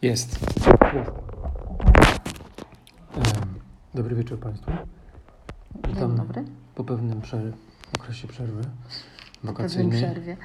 Jest. Dobry wieczór Państwu. Witam. Dzień dobry. Po pewnym okresie przerwy wakacyjnej. Po pewnym przerwie.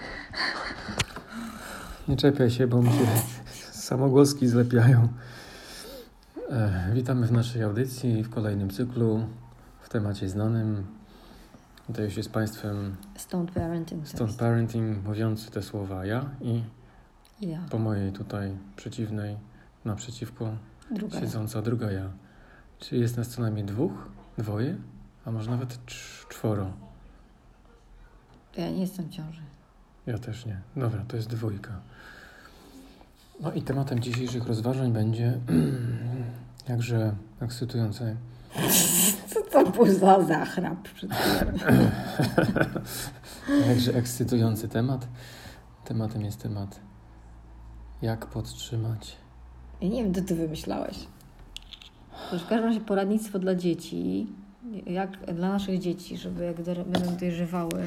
Nie czepiaj się, bo mi się samogłoski zlepiają. Witamy w naszej audycji w kolejnym cyklu w temacie znanym. To już jest Państwem Stone Parenting, mówiący te słowa ja i ja. Po mojej tutaj przeciwnej, naprzeciwko siedząca druga ja. Czyli jest nas co najmniej dwoje, a może nawet czworo. Ja nie jestem w ciąży. Ja też nie. Dobra, to jest dwójka. No i tematem dzisiejszych rozważań będzie jakże ekscytujący. Co to był za zachrap przed chwilą? Jakże ekscytujący temat. Tematem jest temat jak podtrzymać. Ja nie wiem, co ty wymyślałeś. To w każdym razie poradnictwo dla dzieci, jak dla naszych dzieci, żeby jak będą dojrzewały,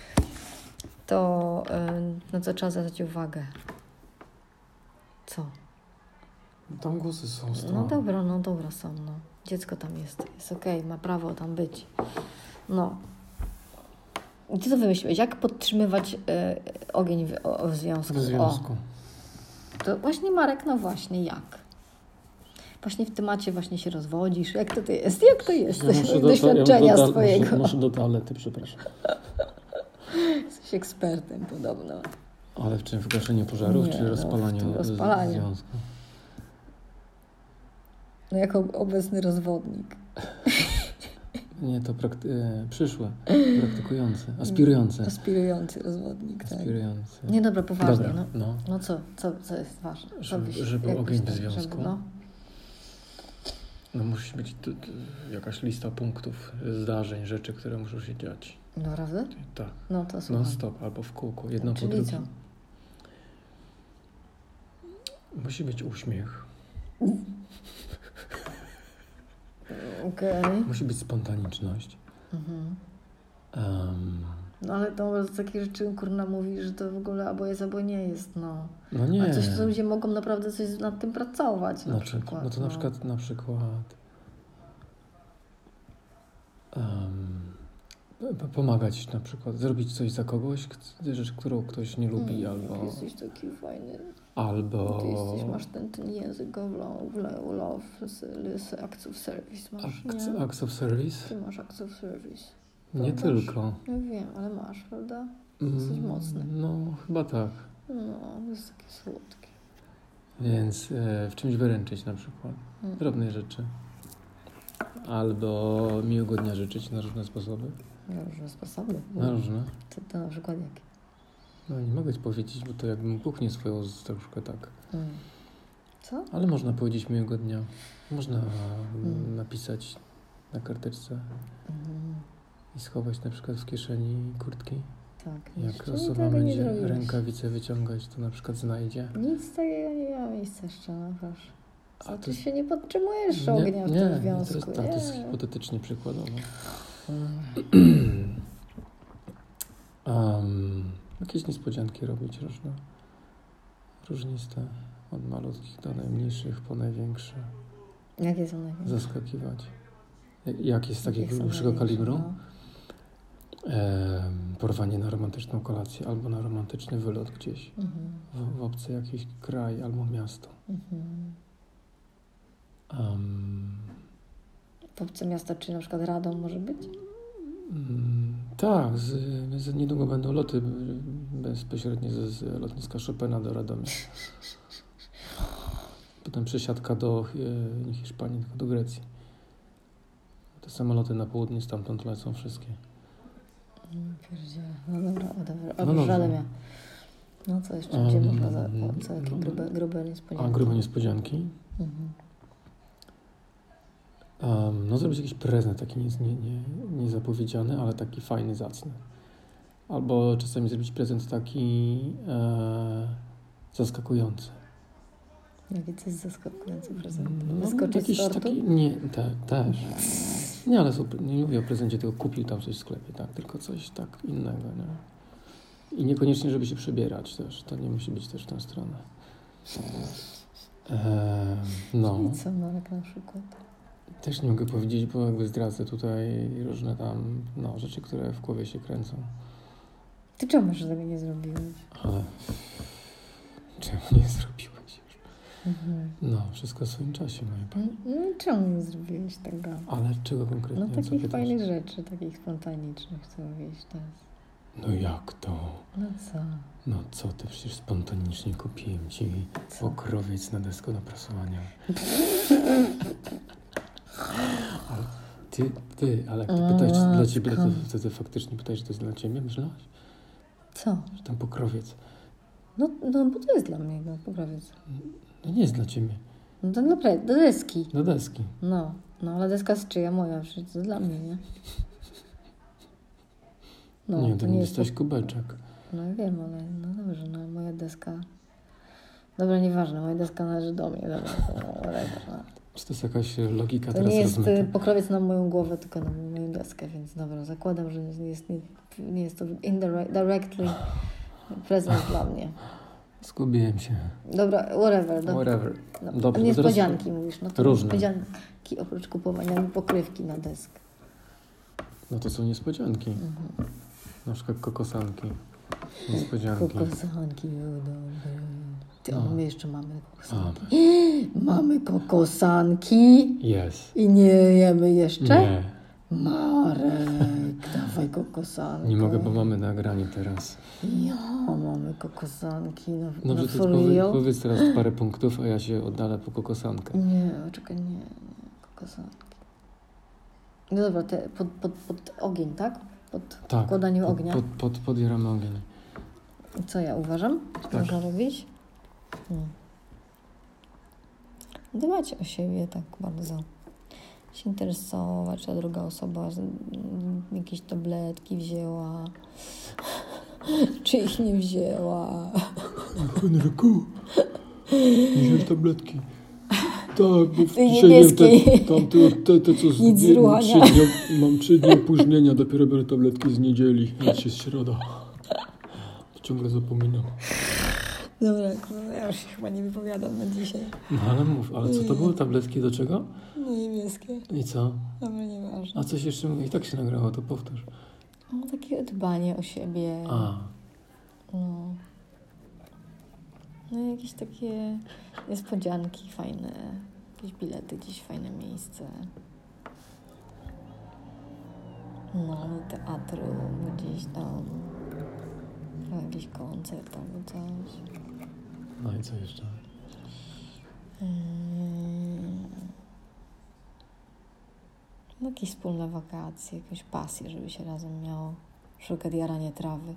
to na co trzeba zwracać uwagę. Co? Tam głosy są. No dobra są, no. Dziecko tam jest okej, ma prawo tam być. No. I co to wymyśliłeś? Jak podtrzymywać ogień w związku? W związku. To właśnie, Marek, no właśnie, jak? Właśnie w temacie właśnie się rozwodzisz. Jak to jest? Jak to jest? Ja doświadczenia swojego. Muszę do toalety, przepraszam. Jesteś ekspertem podobno. Ale w czym? W gaszeniu pożarów, Nie, czy rozpalaniu związku? No jako obecny rozwodnik. Nie, to praktykujący, aspirujący. Aspirujący rozwodnik, tak. Aspirujący. Nie, dobra, poważnie. Dobra, no co jest ważne? Żeby ogień w związku. No. No musi być jakaś lista punktów, zdarzeń, rzeczy, które muszą się dziać. Naprawdę? Tak. No to słucham. Non-stop, albo w kółko, jedno po Czyli drugim. co? Musi być uśmiech. Okej. Musi być spontaniczność. Mhm. No ale to z takich rzeczy, kurna, mówi, że to w ogóle albo jest, albo nie jest, no. No nie. A coś, to ludzie mogą naprawdę coś nad tym pracować, na przykład. No to na przykład pomagać na przykład, zrobić coś za kogoś, rzecz, którą ktoś nie lubi, albo... Jesteś taki fajny. Albo... Ty masz ten język of love, acts of service masz, nie? Acts of service? Ty masz acts of service. Nie masz, tylko. Ja wiem, ale masz, prawda? Jesteś mocny. No, chyba tak. No, jest takie słodkie. Więc w czymś wyręczyć na przykład. Drobnej rzeczy. Albo miłego dnia życzyć na różne sposoby. Na różne sposoby? Na różne. To na przykład jakie? No nie mogę ci powiedzieć, bo to jakbym kuchnię swoją troszkę tak. Co? Ale można powiedzieć miłego dnia. Można napisać na karteczce i schować na przykład w kieszeni kurtki. Tak. Jak osoba będzie rękawice wyciągać, to na przykład znajdzie. Nic takiego nie miała miejsca jeszcze, no proszę. A ty się nie podtrzymujesz ognia w tym związku. To jest hipotetycznie przykładowo. Jakieś niespodzianki robić różniste. Od malutkich do najmniejszych po największe. Jakie są największe? Zaskakiwać. Jak jest takiego dłuższego kalibru? No. Porwanie na romantyczną kolację albo na romantyczny wylot gdzieś. W obcy jakiś kraj albo miasto. W obce miasta, czy na przykład Radom może być? Tak, niedługo będą loty bezpośrednie z lotniska Chopina do Radomia. Potem przesiadka do nie Hiszpanii, tylko do Grecji. Te samoloty na południe stamtąd lecą wszystkie. No dobra. Radomia. No co jeszcze? Gdzie można co jakie grube niespodzianki? A grube niespodzianki? No zrobić jakiś prezent taki niezapowiedziany, ale taki fajny, zacny. Albo czasami zrobić prezent taki zaskakujący. Jaki to jest zaskakujący prezent? Zaskoczyć jakiś taki, nie, też. Nie, ale nie mówię o prezencie, tylko kupił tam coś w sklepie, tak? Tylko coś tak innego, nie? I niekoniecznie, żeby się przebierać też. To nie musi być też w tę stronę. No. Czyli co, Marek, na przykład? Też nie mogę powiedzieć, bo jakby zdradzę tutaj różne tam, rzeczy, które w głowie się kręcą. Ty czemu że tego nie zrobiłeś? Ale czemu nie zrobiłeś już? Mhm. Wszystko w swoim czasie, moja pani. Czemu nie zrobiłeś tego? Ale czego konkretnie? No takich fajnych rzeczy, takich spontanicznych, co mówiłeś teraz. No jak to? No co? No co ty, przecież spontanicznie kupiłem ci pokrowiec na deskę do prasowania. Ale ale jak ty pytałeś, czy to dla ciebie, to wtedy faktycznie pytałeś, czy to jest dla ciebie, myślałaś? Co? Że ten pokrowiec. No bo to jest dla mnie, pokrowiec. No nie jest dla ciebie. No to do deski. Do deski. No, ale deska jest czyja? Moja, przecież to dla mnie, nie? No, nie, to nie nie jest coś kubeczek. No wiem, ale no dobrze, moja deska... Dobra, nieważne, moja deska należy do mnie, dobra, no. Czy to jest jakaś logika to teraz nie jest rozmyta? pokrowiec na moją głowę, tylko na moją deskę, więc dobra, zakładam, że nie jest to directly prezent dla mnie. Zgubiłem się. Dobra, whatever. No, dobrze, niespodzianki mówisz, no to różne. Niespodzianki oprócz kupowania mi pokrywki na deskę. No to są niespodzianki. Na przykład kokosanki. Niespodzianki. Kokosanki, dobre. My jeszcze mamy kokosanki. A. Mamy kokosanki. Jest. I nie jemy jeszcze? Nie. Marek, dawaj kokosankę. Nie mogę, bo mamy nagranie teraz. Mamy kokosanki. Dobrze, to powiedz teraz parę punktów, a ja się oddalę po kokosankę. Nie, czekaj, nie. Kokosanki. No dobra, pod ogień, tak? Pod wkładaniem ognia. Podjaramy ogień. Co ja uważam? Co można robić? Dbać o siebie tak bardzo. Się interesować, czy druga osoba jakieś tabletki wzięła, czy ich nie wzięła. Henryku, wziąłeś tabletki. Tak, bo dzisiaj te co nic zruchania. Mam 3 dni opóźnienia, dopiero biorę tabletki z niedzieli, więc jest środa. Ciągle zapominam. Dobra, ja już się chyba nie wypowiadam na dzisiaj. No ale mów, ale co to były tabletki do czego? No niebieskie. I co? Dobra, nieważne. A coś jeszcze mówię, i tak się nagrało, to powtórz. No takie dbanie o siebie. No jakiees takie niespodzianki fajne. Jakieś bilety, gdzieś fajne miejsce. No, do teatru, gdzieś tam. Jakiś koncert albo coś. No i co jeszcze? No jakieś wspólne wakacje, jakąś pasję, żeby się razem miało. Szukać jaranie trawy.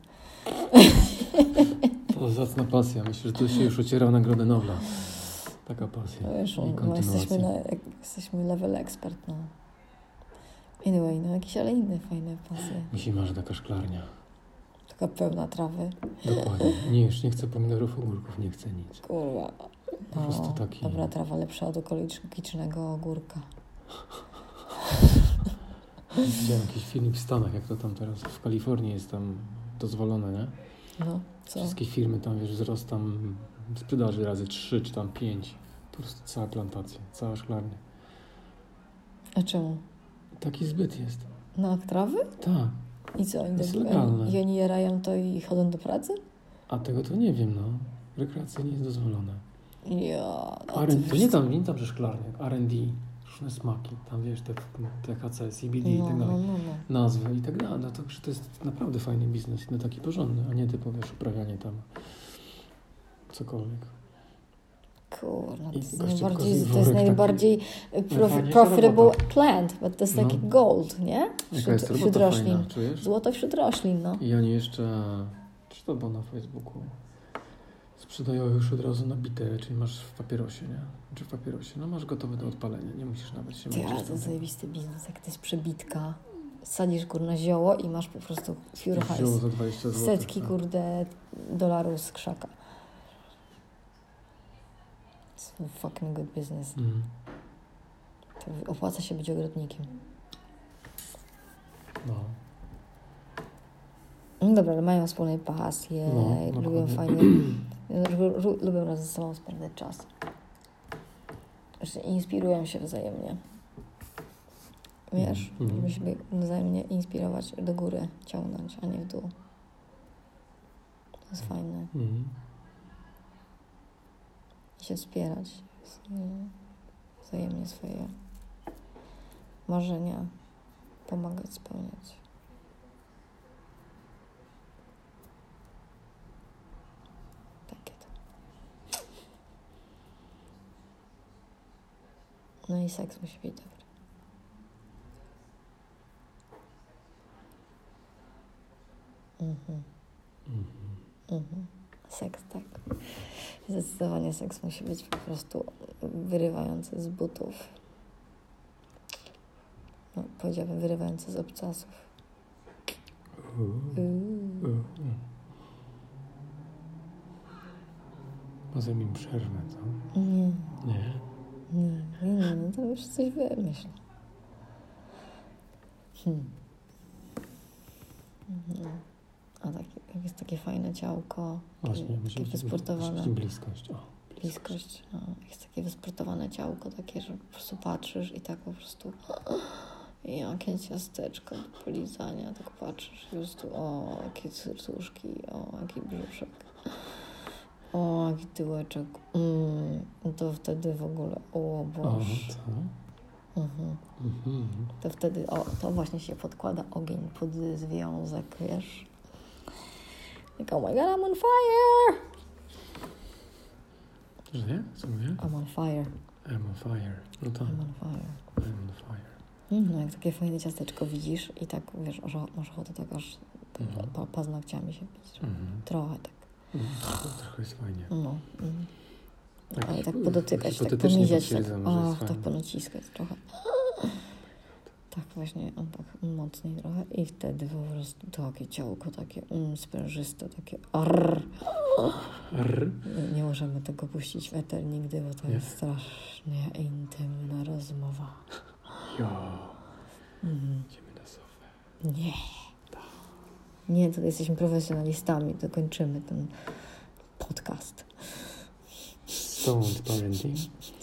To zacna pasja. Myślę, że tu się już ociera Nagrodę Nobla. Taka pasja. No wiesz, jesteśmy level expert, no. Anyway, jakieś ale inne fajne pasje. Mi się marzy taka szklarnia. Taka pełna trawy. Dokładnie. Nie, już nie chcę pomidorów, ogórków, nie chcę nic. Kurwa. Po prostu taki... Dobra trawa, lepsza od okolicznego ogórka. Widziałem jakiś film w Stanach, jak to tam teraz w Kalifornii jest tam dozwolone, nie? No, co? Wszystkie firmy tam, wiesz, wzrost tam sprzedaży razy 3 czy tam 5. Po prostu cała plantacja, cała szklarnia. A czemu? Taki zbyt jest. Na trawy? Tak. I co? Jest legalne. I oni jarają to i chodzą do pracy? A tego to nie wiem, no. Rekreacja nie jest dozwolona. To nie tam, że szklarnia, R&D, różne smaki, tam wiesz, te THC, CBD i tak dalej, nazwy i tak dalej. No to jest naprawdę fajny biznes, no taki porządny, a nie typowo, wiesz, uprawianie tam cokolwiek. Kurwa, to jest najbardziej profitable plant, but to jest taki gold, nie? Wśród roślin. Złoto wśród roślin, no. I oni jeszcze, czy to było na Facebooku, sprzedają już od razu nabite, czyli masz w papierosie, nie? Czy w papierosie, no masz gotowe do odpalenia, nie musisz nawet się męczyć. To jest zajebisty biznes, jak to jest przebitka. Sadzisz kurna zioło i masz po prostu pure hajs. Zioło za 20 zł. Setki dolarów z krzaka. It's fucking good business. To opłaca się być ogrodnikiem. No. No dobra, ale mają wspólne pasje, lubią fajnie, lubią razem ze sobą spędzać czas. że inspirują się wzajemnie. Wiesz? Żeby się wzajemnie inspirować, do góry ciągnąć, a nie w dół. To jest fajne. I się wspierać. Wzajemnie swoje marzenia pomagać spełniać. Takie to. No i seks musi być dobry. Seks, tak. Zdecydowanie seks musi być po prostu wyrywający z butów. No, powiedziałabym wyrywający z obcasów. Może mi przerwę, co? Nie. Nie? No to już coś wymyśl. A jak jest takie fajne ciałko, Właśnie, takie wysportowane. Bliskość. Bliskość. Jest takie wysportowane ciałko, takie, że po prostu patrzysz i tak po prostu jakie ciasteczko do polizania, tak patrzysz po prostu, o, jakie serduszki, o, jaki brzuszek, o, jaki tyłeczek. To wtedy w ogóle, o Boże. To wtedy, to właśnie się podkłada ogień pod związek, wiesz. Jak, oh my god, I'm on fire! Że? Co mówię? I'm on fire. I'm on fire. No to. I'm on fire. I'm on fire. No jak takie fajne ciasteczko widzisz i tak, wiesz, masz ochotę tak aż paznokciami się bić. Trochę tak. Trochę jest fajnie. No. Ale tak podotykać, tak pomiziać, tak ponaciskać trochę. Tak właśnie, tak mocniej trochę i wtedy po prostu takie ciałko, takie sprężyste, takie Nie możemy tego puścić w eter nigdy, bo to jest strasznie intymna rozmowa. Idziemy na sofę. Nie. Nie, to jesteśmy profesjonalistami, to kończymy ten podcast. Stąd parenting.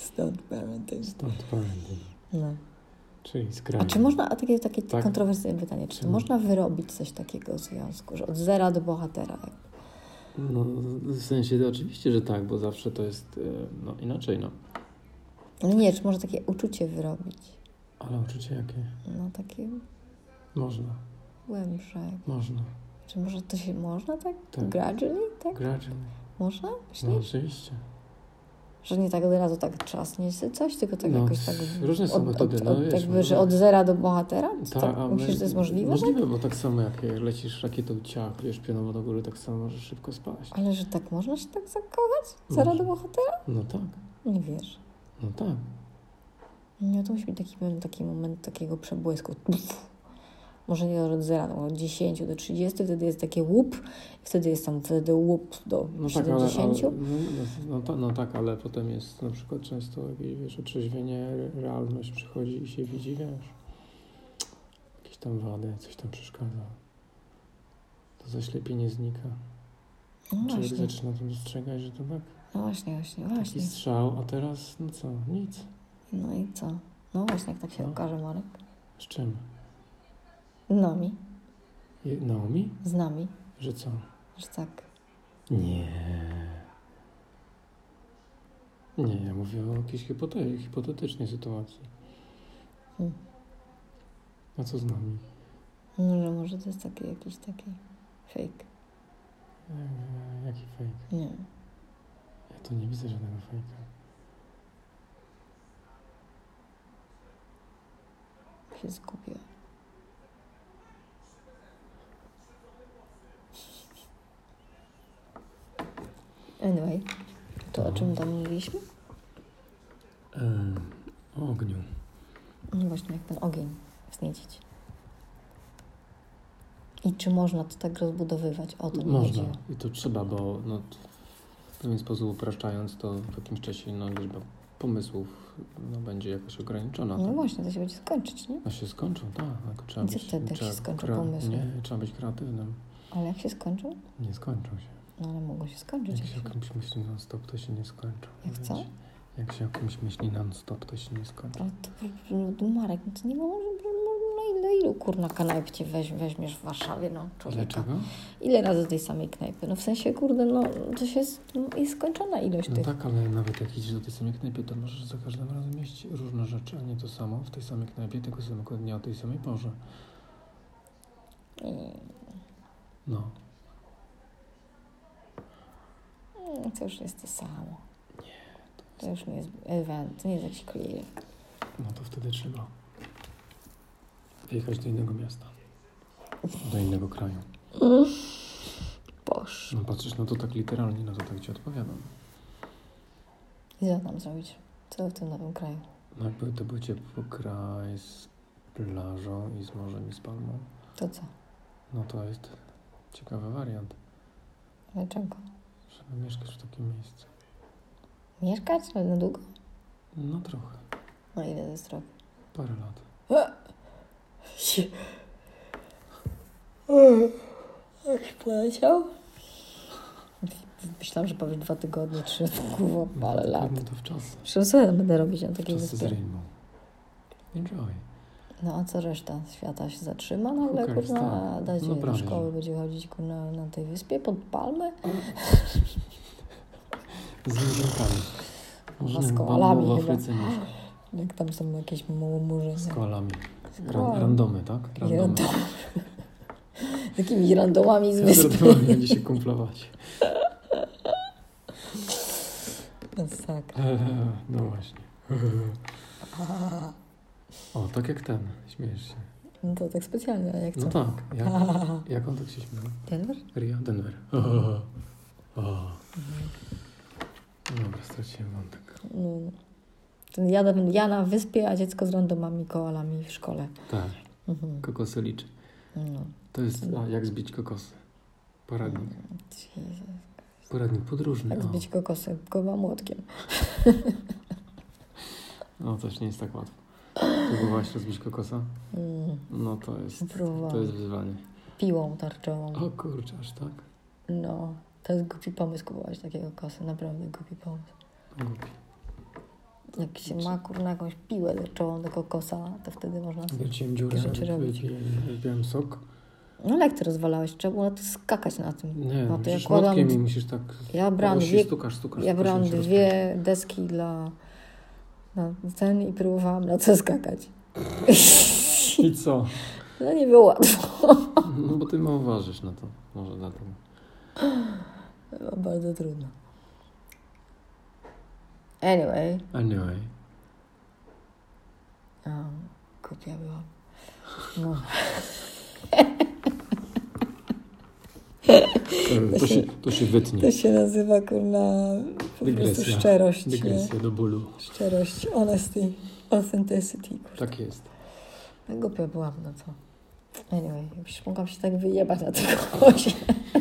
No. Czyli skrajnie. A czy można, takie tak? Kontrowersyjne pytanie, czy można wyrobić coś takiego w związku, że od zera do bohatera? No, w sensie to oczywiście, że tak, bo zawsze to jest inaczej, No nie, czy można takie uczucie wyrobić? Ale uczucie jakie? No takie... Można. Głębsze. Można. Czy może to się można tak? Gradually, tak? Gradually. Można? Myślisz? No oczywiście. Że nie tak od razu tak trzasnie coś, tylko tak jakoś tak... Różne są metody, Jakby, że od zera do bohatera? Tak, myślisz, że to jest możliwe? Możliwe, bo tak samo jak lecisz rakietą ciach, wiesz, pionowo do góry, tak samo możesz szybko spaść. Ale że tak można się tak zakochać? Zera do bohatera? No tak. Nie wiesz. No tak. Nie, to musi być taki moment takiego przebłysku. Może nie od 0, no od 10 do 30, wtedy jest takie łup, wtedy jest tam łup do 70. No tak, ale potem jest na przykład często jakieś, wiesz, otrzeźwienie, realność przychodzi i się widzi, wiesz, jakieś tam wady, coś tam przeszkadza. To zaślepienie znika. No człowiek zaczyna to dostrzegać, że to tak. No właśnie. Taki strzał, a teraz, no co, nic. No i co? No właśnie, jak tak się okaże, Marek. Z czym? Nami. Naomi? Z nami. Że co? Że tak. Nie, ja mówię o jakiejś hipotetycznej sytuacji. A co z nami? No, że może to jest jakiś taki fake. Jaki fake? Nie. Ja tu nie widzę żadnego fejka. Się zgubiła. Anyway, to o czym tam mówiliśmy? O ogniu. No właśnie, jak ten ogień wzniecić. I czy można to tak rozbudowywać? O to można. I to trzeba, bo w pewien sposób upraszczając, to w jakimś czasie liczba pomysłów będzie jakoś ograniczona. No tak? właśnie, to się będzie skończyć, nie? A się skończą, tak. Trzeba I co wtedy, jak się skończą pomysły? Nie, trzeba być kreatywnym. Ale jak się skończą? Nie skończą się. No ale mogą się skończyć. Jak się o kimś myśli non stop, to się nie skończą. Jak co? Jak się o kimś myśli non-stop, to się nie skończy. Ale to Marek, no to nie ma no ilu kurna knajp cię weźmiesz w Warszawie, no człowieka. Dlaczego? Ile razy tej samej knajpy? No w sensie, kurde, no to się jest skończona ilość No tych. tak, ale nawet jak idziesz do tej samej knajpy, to możesz za każdym razem jeść różne rzeczy, a nie to samo w tej samej knajpie, tego samego dnia o tej samej porze. No. To już jest to samo. To już nie jest event, to nie jest jakiś clear. No to wtedy trzeba wyjechać do innego miasta. Do innego kraju. Boż. No patrzysz na to tak literalnie, no to tak ci odpowiadam. I co tam zrobić? Co w tym nowym kraju? No jakby to był ciepły kraj z plażą i z morzem i z palmą. To co? No to jest ciekawy wariant, Dlaczego? żeby mieszkać w takim miejscu. Mieszkać? Ale na długo? No trochę. No ile to jest rok? Parę lat. Jak poleciał? Myślałam, że powiesz 2 tygodnie, 3, kurwa, ale lat. To w czas. Co ja będę robić na takiej Czasy z wyspie? Rainbow. Enjoy. No a co reszta świata się zatrzyma nagle, Hookers, kurna, a tak. dajcie No do prawie, szkoły, że. będzie chodzić, kurna, na tej wyspie pod palmę? Z murzynkami. A z koalami w chyba. Afryce mieszka. Jak tam są jakieś murzyny. Z koalami. koalami. Randomy, tak? Randomy. Z takimi randomami z wyspy. Randomy będzie się kumplować. Tak. No właśnie. O, tak jak ten. Śmiejesz się. No to tak specjalnie, a jak co? No tak. Jak on tak się śmiał? Denver? Denver. Dobra, straciłem wątek. No. Ja na wyspie, a dziecko z randomami, koalami w szkole. Tak. Kokosy liczy. No. To jest jak zbić kokosy. Poradnik. Jezus. Poradnik podróżny. Jak zbić kokosy? Koła młotkiem. No, też nie jest tak łatwo. Próbowałaś rozbić kokosa? No to jest wyzwanie. Piłą tarczową. O kurczę, aż tak? No, to jest głupi pomysł kupować takiego kosy. Naprawdę głupi pomysł. Głupi. Jak się ma, kurna, jakąś piłę tarczową do kokosa, to wtedy można sobie Wróciłem dziurę, rzeczy robić. wypiłem sok. No ale jak ty rozwalałeś? Trzeba było na to skakać na tym. Nie, no to przecież młotkiem i musisz tak... Ja brałam stukasz, dwie deski na ten i próbowałam na to skakać. I co? No nie było łatwo. No bo ty mało ważysz na to. Może dlatego. Było bardzo trudno. Anyway. Głupia byłam. No. To się wytnie. To się nazywa, kurna, po prostu szczerość. Dygresja do bólu. Szczerość, honesty, authenticity. Kurwa. Tak jest. Głupia byłam, no co. Anyway, już mogłam się tak wyjebać na tego kozie.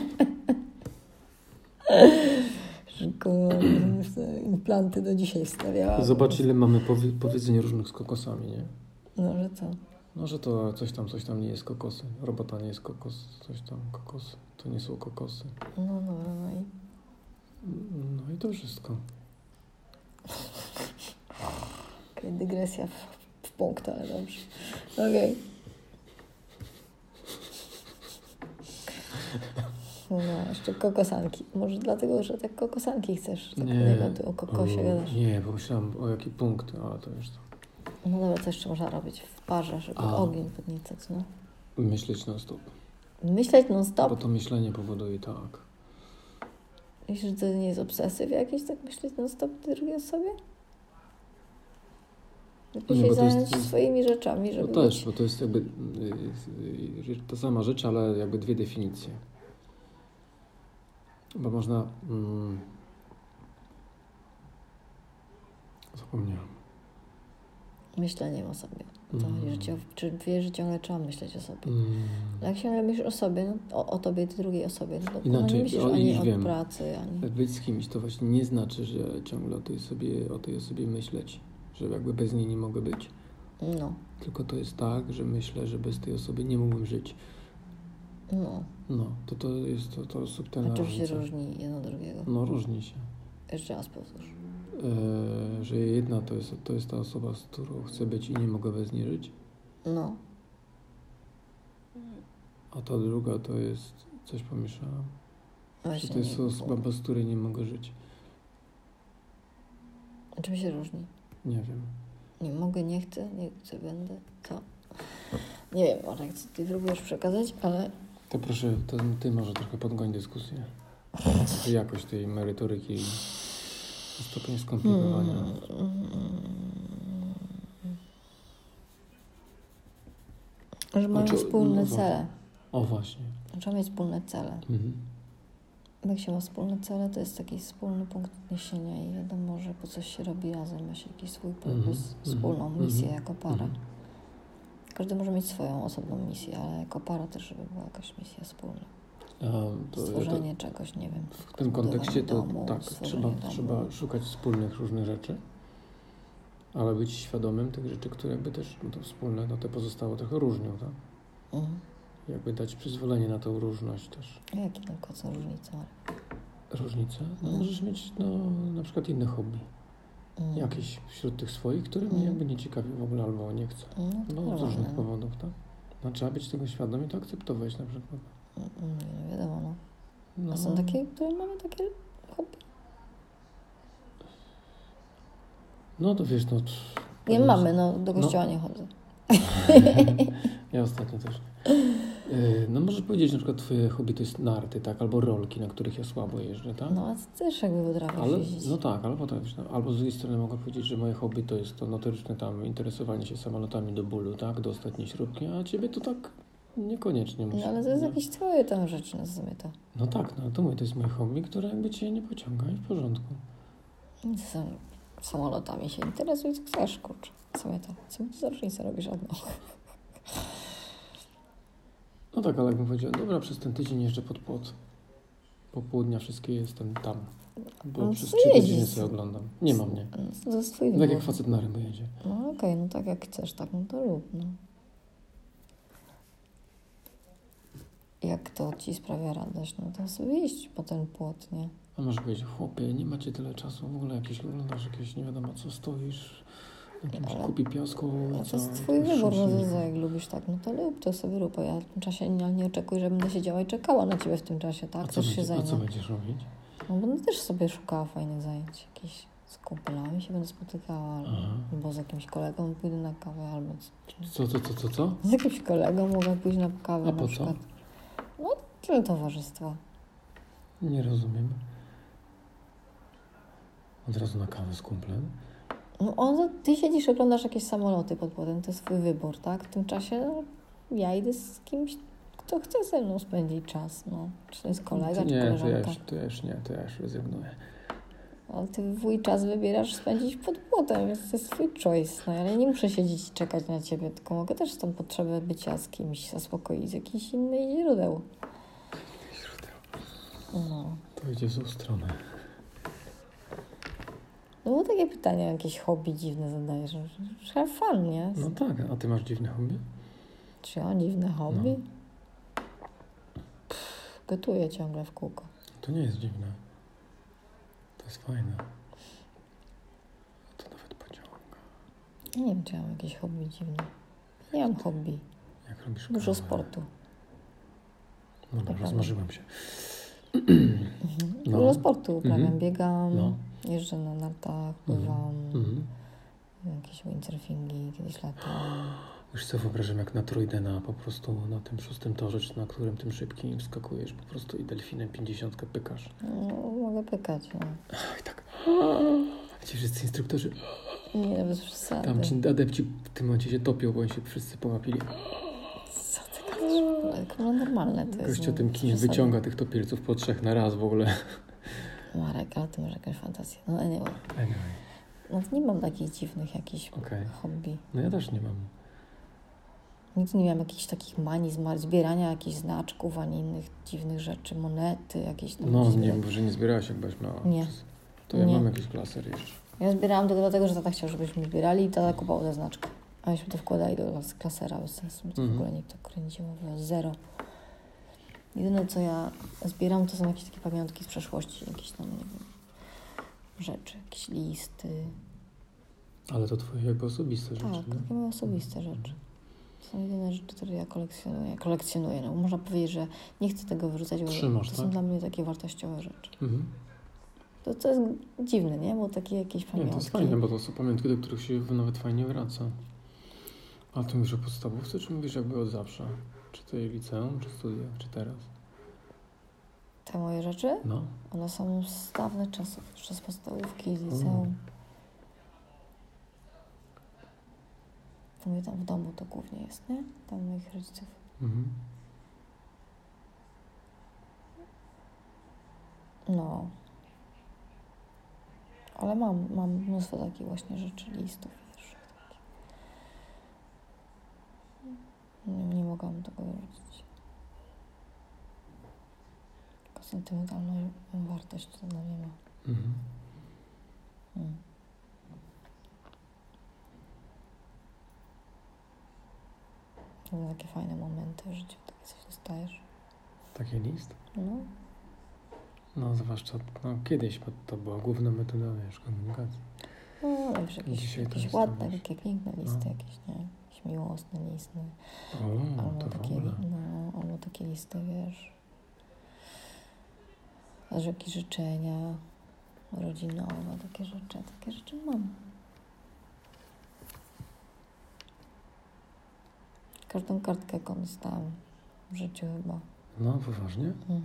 Że implanty do dzisiaj wstawiałam. Zobacz, ile mamy powiedzeń różnych z kokosami, nie? No, że co? No, że to coś tam nie jest kokosy. Robota nie jest kokos, coś tam kokosy. To nie są kokosy. No dobra, no i? No i to wszystko. Okej, dygresja w punkt, ale dobrze. Okej. No, jeszcze kokosanki. Może dlatego, że tak kokosanki chcesz. Tak o kokosie gadasz. Nie, bo myślałam o jaki punkt, ale to już to. No dobra, co jeszcze można robić w parze, żeby ogień podniecać, no? Myśleć non-stop. Myśleć non-stop? Bo to myślenie powoduje tak. Myślisz, że to nie jest obsesyw jakiś, tak myśleć non-stop drugiej osobie? Lepiej się zająć swoimi rzeczami, żeby... No też, bo to jest jakby ta sama rzecz, ale jakby dwie definicje. Bo można... Zapomniałam. Myśleniem o sobie. To chodzi, czy wiesz, że ciągle trzeba myśleć o sobie. Jak się myślisz o sobie, no, o tobie i drugiej osobie, to inaczej, nie myślisz ani o pracy, ani... Być z kimś to właśnie nie znaczy, że ciągle o tej osobie myśleć, że jakby bez niej nie mogę być. No. Tylko to jest tak, że myślę, że bez tej osoby nie mógłbym żyć. No. No, to jest to subtelna różnica. A czym się różni jedno od drugiego? No, różni się. Jeszcze raz powtórz. że jedna to jest ta osoba, z którą chcę być i nie mogę bez niej żyć. No. A ta druga to jest, coś pomyślałam, że to jest osoba, bez której nie mogę żyć. A czym się różni? Nie wiem. Nie mogę, nie chcę, będę. Co? Nie wiem, Marek, co ty próbujesz przekazać, ale... To proszę, to ty może trochę podgoń dyskusję. Jakość tej merytoryki i stopień skomplikowania. Że mamy wspólne cele. O właśnie. Trzeba mieć wspólne cele. Jak się ma wspólne cele, to jest taki wspólny punkt odniesienia i wiadomo, że po coś się robi razem, ma się jakiś swój purpose, wspólną misję jako para. Każdy może mieć swoją osobną misję, ale jako para też, żeby była jakaś misja wspólna. Stworzenie czegoś, nie wiem. W tym kontekście to domu, tak, trzeba szukać wspólnych różnych rzeczy, ale być świadomym tych rzeczy, które jakby też to wspólne, te pozostałe trochę różnią, tak? Jakby dać przyzwolenie na tą różność też. A jakie tylko co różnice? Różnice? Możesz mieć na przykład inne hobby. Jakieś wśród tych swoich, które mnie jakby nie ciekawi w ogóle albo nie chcę. Z różnych powodów, tak? No, trzeba być tego świadomy i to akceptować na przykład. Wiadomo, A są takie, które mamy takie hobby? No to wiesz, Nie mamy, do kościoła nie chodzę. Ja ostatnio też. Możesz powiedzieć, na przykład twoje hobby to jest narty, tak? Albo rolki, na których ja słabo jeżdżę, tak? No, a ty też jakby potrafisz jeździć. No tak, ale potrafisz. Albo z drugiej strony mogę powiedzieć, że moje hobby to jest to notoryczne interesowanie się samolotami do bólu, tak? Do ostatniej śrubki, a ciebie to tak niekoniecznie musi. No ale to jest jakieś twoje tam rzeczy, nazwijmy to. No tak, to mówię, to jest moje hobby, które jakby cię nie pociąga i w porządku. Samolotami się interesuj, co chcesz, kurczę. Co mnie to za różnicę robisz żadną. No tak, ale jakbym powiedział, dobra, przez ten tydzień jeżdżę pod płot. Po południa wszystkie jestem tam. Bo przez 3 godziny sobie oglądam. Nie ma mnie. To jest twój tak jak facet na ryby jedzie. No okej, tak jak chcesz, tak, to rób, Jak to ci sprawia radość, to sobie iść po ten płot, nie? A może powiedzieć, chłopie, nie macie tyle czasu, w ogóle oglądasz jakieś, nie wiadomo co stoisz, kupi piasku. To jest twój wybór, jak lubisz tak, to lub, to sobie rób, a ja w tym czasie nie oczekuję, że będę siedziała i czekała na ciebie w tym czasie, tak? A co będziesz robić? Będę też sobie szukała fajnych zajęć, jakieś z kumplami się będę spotykała, albo z jakimś kolegą pójdę na kawę, albo... Co? Z jakimś kolegą mogę pójść na kawę na przykład. Dla towarzystwa. Nie rozumiem. Od razu na kawę z kumplem? Ty siedzisz, oglądasz jakieś samoloty pod płotem, to jest twój wybór, tak? W tym czasie ja idę z kimś, kto chce ze mną spędzić czas, Czy to jest kolega, czy koleżanka? To ja już rezygnuję. Ale ty twój czas wybierasz spędzić pod płotem, więc to jest twój choice. Ale nie muszę siedzieć i czekać na ciebie, tylko mogę też tą potrzebę bycia z kimś zaspokoić z jakichś innych źródeł. To idzie w złą stronę. Bo takie pytania, jakieś hobby dziwne zadajesz. Have fun, nie? No tak, a ty masz dziwne hobby? Czy ja mam dziwne hobby? Gotuję ciągle w kółko. To nie jest dziwne. To jest fajne. To nawet pociąga. Nie wiem, czy ja mam jakieś hobby dziwne. Nie mam hobby. Jak robisz Dużo sportu. Dobra, rozmarzyłem się. Dużo sportu uprawiam. Biegam, jeżdżę na nartach, pływam. Jakieś windsurfingi, kiedyś latam. Już sobie wyobrażam, jak na Trojdena po prostu na tym 6. torze, na którym tym szybkim wskakujesz po prostu i delfinem 50 pykasz. Mogę pykać, I tak. Ci wszyscy instruktorzy. Nie, bez przesady. Tam ci adepci w tym momencie się topią, bo oni się wszyscy połapili. Co ty gadasz? Normalne to jest. Gościa tym kinem wyciąga tych topielców po 3 na raz w ogóle. Marek, ale ty masz jakąś fantazję. Anyway. Nie mam takich dziwnych jakichś hobby. Ja też nie mam. Nigdy nie miałam jakichś takich manii, zbierania jakichś znaczków, ani innych dziwnych rzeczy, monety, jakieś tam nie wiem, bo że nie zbierałaś jak byłaś mała. Nie. To ja mam jakiś klaser jeszcze. Ja zbierałam tylko dlatego, że tata chciał, żebyśmy zbierali i tata kupował te znaczki. A myśmy to wkładali do klasera bez sensu. To w ogóle nikt to kręciło, zero. Jedyne, co ja zbieram, to są jakieś takie pamiątki z przeszłości, jakieś tam, nie wiem, rzeczy, jakieś listy. Ale to twoje jakby osobiste rzeczy, Tak, nie? takie moje osobiste rzeczy. To są jedyne rzeczy, które ja kolekcjonuję. No, można powiedzieć, że nie chcę tego wyrzucać, bo Trzymasz, to tak? są dla mnie takie wartościowe rzeczy. Mhm. To jest dziwne, nie? Bo takie jakieś Nie, pamiątki. to jest fajne, bo to są pamiątki, do których się nawet fajnie wraca. A ty mówisz o podstawówce, czy mówisz jakby od zawsze? Czy to jest liceum, czy studiach, czy teraz? Te moje rzeczy? No. One są z dawnych czasów, jeszcze z podstawówki, z liceum. To mnie tam w domu to głównie jest, nie? Tam moich rodziców. Mhm. No. Ale mam mnóstwo takich właśnie rzeczy, listów jeszcze. Nie mogłam tego wyrzucić. Tylko sentymentalną wartość to dla mnie ma. Mhm. To były takie fajne momenty w życiu, takie coś dostajesz. Taki list? No. No, zwłaszcza kiedyś, bo to była główna metoda, wiesz, komunikacji. No, wiesz, Dzisiaj to jakieś jest ładne, tam, wiesz, takie piękne listy jakieś, nie? Jakieś miłosne listy. To w takie, ogóle. albo takie listy, wiesz. Jakieś życzenia rodzinowe, takie rzeczy mam. Każdą kartkę, jaką dostałam w życiu chyba. No, poważnie? Mhm.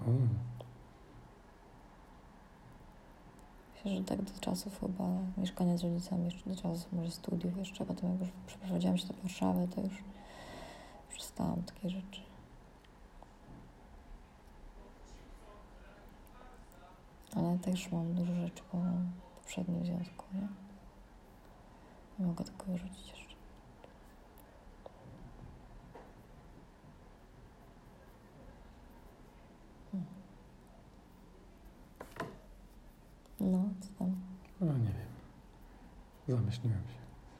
Myślę, że tak do czasów chyba mieszkania z rodzicami, jeszcze do czasów może studiów jeszcze, potem jak już przeprowadziłam się do Warszawy, to już przestałam takie rzeczy. Ale też mam dużo rzeczy po poprzednim związku, nie? Nie mogę tego wyrzucić jeszcze. No, co tam? No, nie wiem. Zamyśliłem się.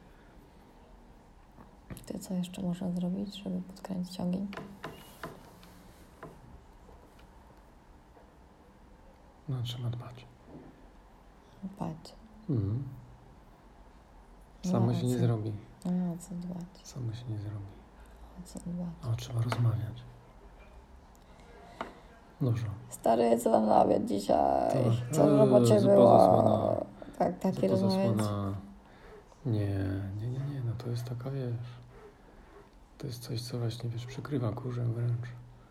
Ty co jeszcze można zrobić, żeby podkręcić ogień? No, trzeba dbać. Dbać. Mhm. Samo No, się nie zrobi. No, o co dbać? Samo się nie zrobi. O co dbać? O, trzeba rozmawiać. Dużo. Stary, co tam na obiad dzisiaj? Tak. Co w robocie zupa było? zasłona. Tak, takie Zupa rozmawiać. zasłona. Nie. No to jest taka, wiesz... To jest coś, co właśnie, wiesz, przykrywa kurzem wręcz.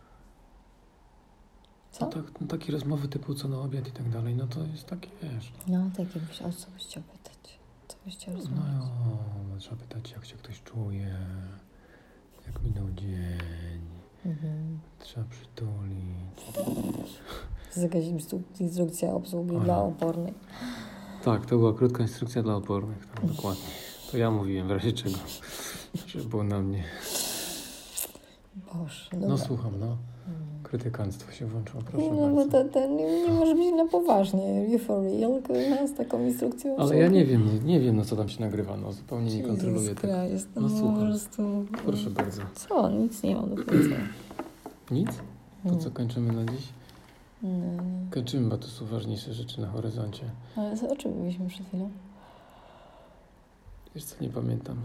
Co? No tak, no takie rozmowy typu co na obiad i tak dalej, no to jest takie, wiesz... No, tak jakbyś, o co byś chciał pytać? Co byś chciał No, rozmawiać? no trzeba pytać, jak się ktoś czuje, jak minął dzień, trzeba przytulić. To jest jakaś instrukcja obsługi dla opornej. Tak, to była krótka instrukcja dla opornych, tak, dokładnie. To ja mówiłem w razie czego, żeby było na mnie. Boże, No dobra. słucham, no. Krytykanstwo się włączyło, proszę No bo bardzo. to nie może być na poważnie. You for real? Kurwa, z taką instrukcją. Ale ja nie wiem, no co tam się nagrywa, no zupełnie nie kontroluję tego. Jestem No po słucham. prostu... Proszę bardzo. Co? Nic nie mam do powiedzenia. Nic? To co, kończymy na dziś? Nie. Kończymy, bo to są ważniejsze rzeczy na horyzoncie. Ale o czym mówiliśmy przed chwilą? Wiesz co, nie pamiętam.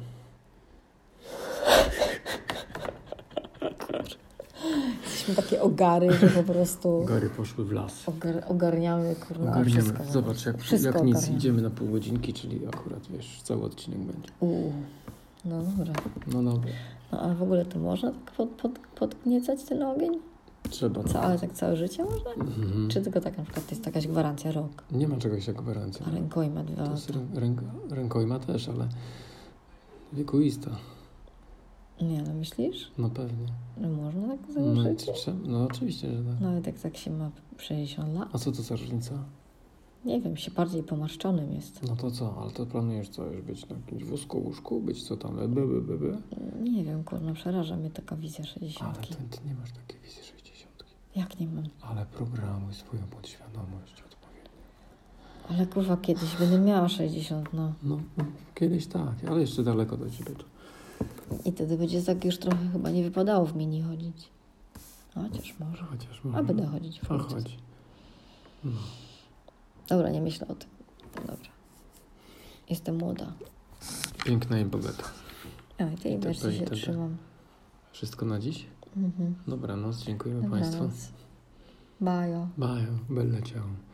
Jesteśmy takie ogary, że po prostu Gary poszły w las. ogarniamy, kurwa, Ogarniamy. wszystko. Zobacz, Wszystko jak nic, ogarniamy. idziemy na pół godzinki, czyli akurat, wiesz, cały odcinek będzie. No dobra. No dobra. No ale w ogóle to można tak podgniecać ten ogień? Trzeba. Ale tak całe życie można? Mhm. Czy tylko tak na przykład to jest jakaś gwarancja rok? Nie ma czegoś jak gwarancja. A rękojma 2 To lata. jest rękojma też, ale wiekuista. Nie, no myślisz? No pewnie. No można tak No, założyć? no oczywiście, że tak. Nawet jak tak się ma 60 lat? A co to za różnica? Nie wiem, się bardziej pomarszczonym jest. No to co? Ale to planujesz co? Już być na jakimś wózku, łóżku? Być co tam? Nie wiem, kurwa, przeraża mnie taka wizja Ale 60. ty nie masz takiej wizji 60. Jak nie mam? Ale programuj swoją podświadomość odpowiednio. Ale kurwa, kiedyś będę miała 60, no. No, kiedyś tak, ale jeszcze daleko do ciebie to. I wtedy będzie tak już trochę chyba nie wypadało w mini chodzić. Chociaż może. Chociaż może. A będę chodzić w A końcu. chodź. No. Dobra, nie myślę o tym. Dobra. Jestem młoda. Piękna i bogata. Oj, tej wersji się trzymam. Wszystko na dziś? Mhm. Dobranoc, dziękujemy Dobranoc. Państwu. Bajo. Bajo, belle ciao.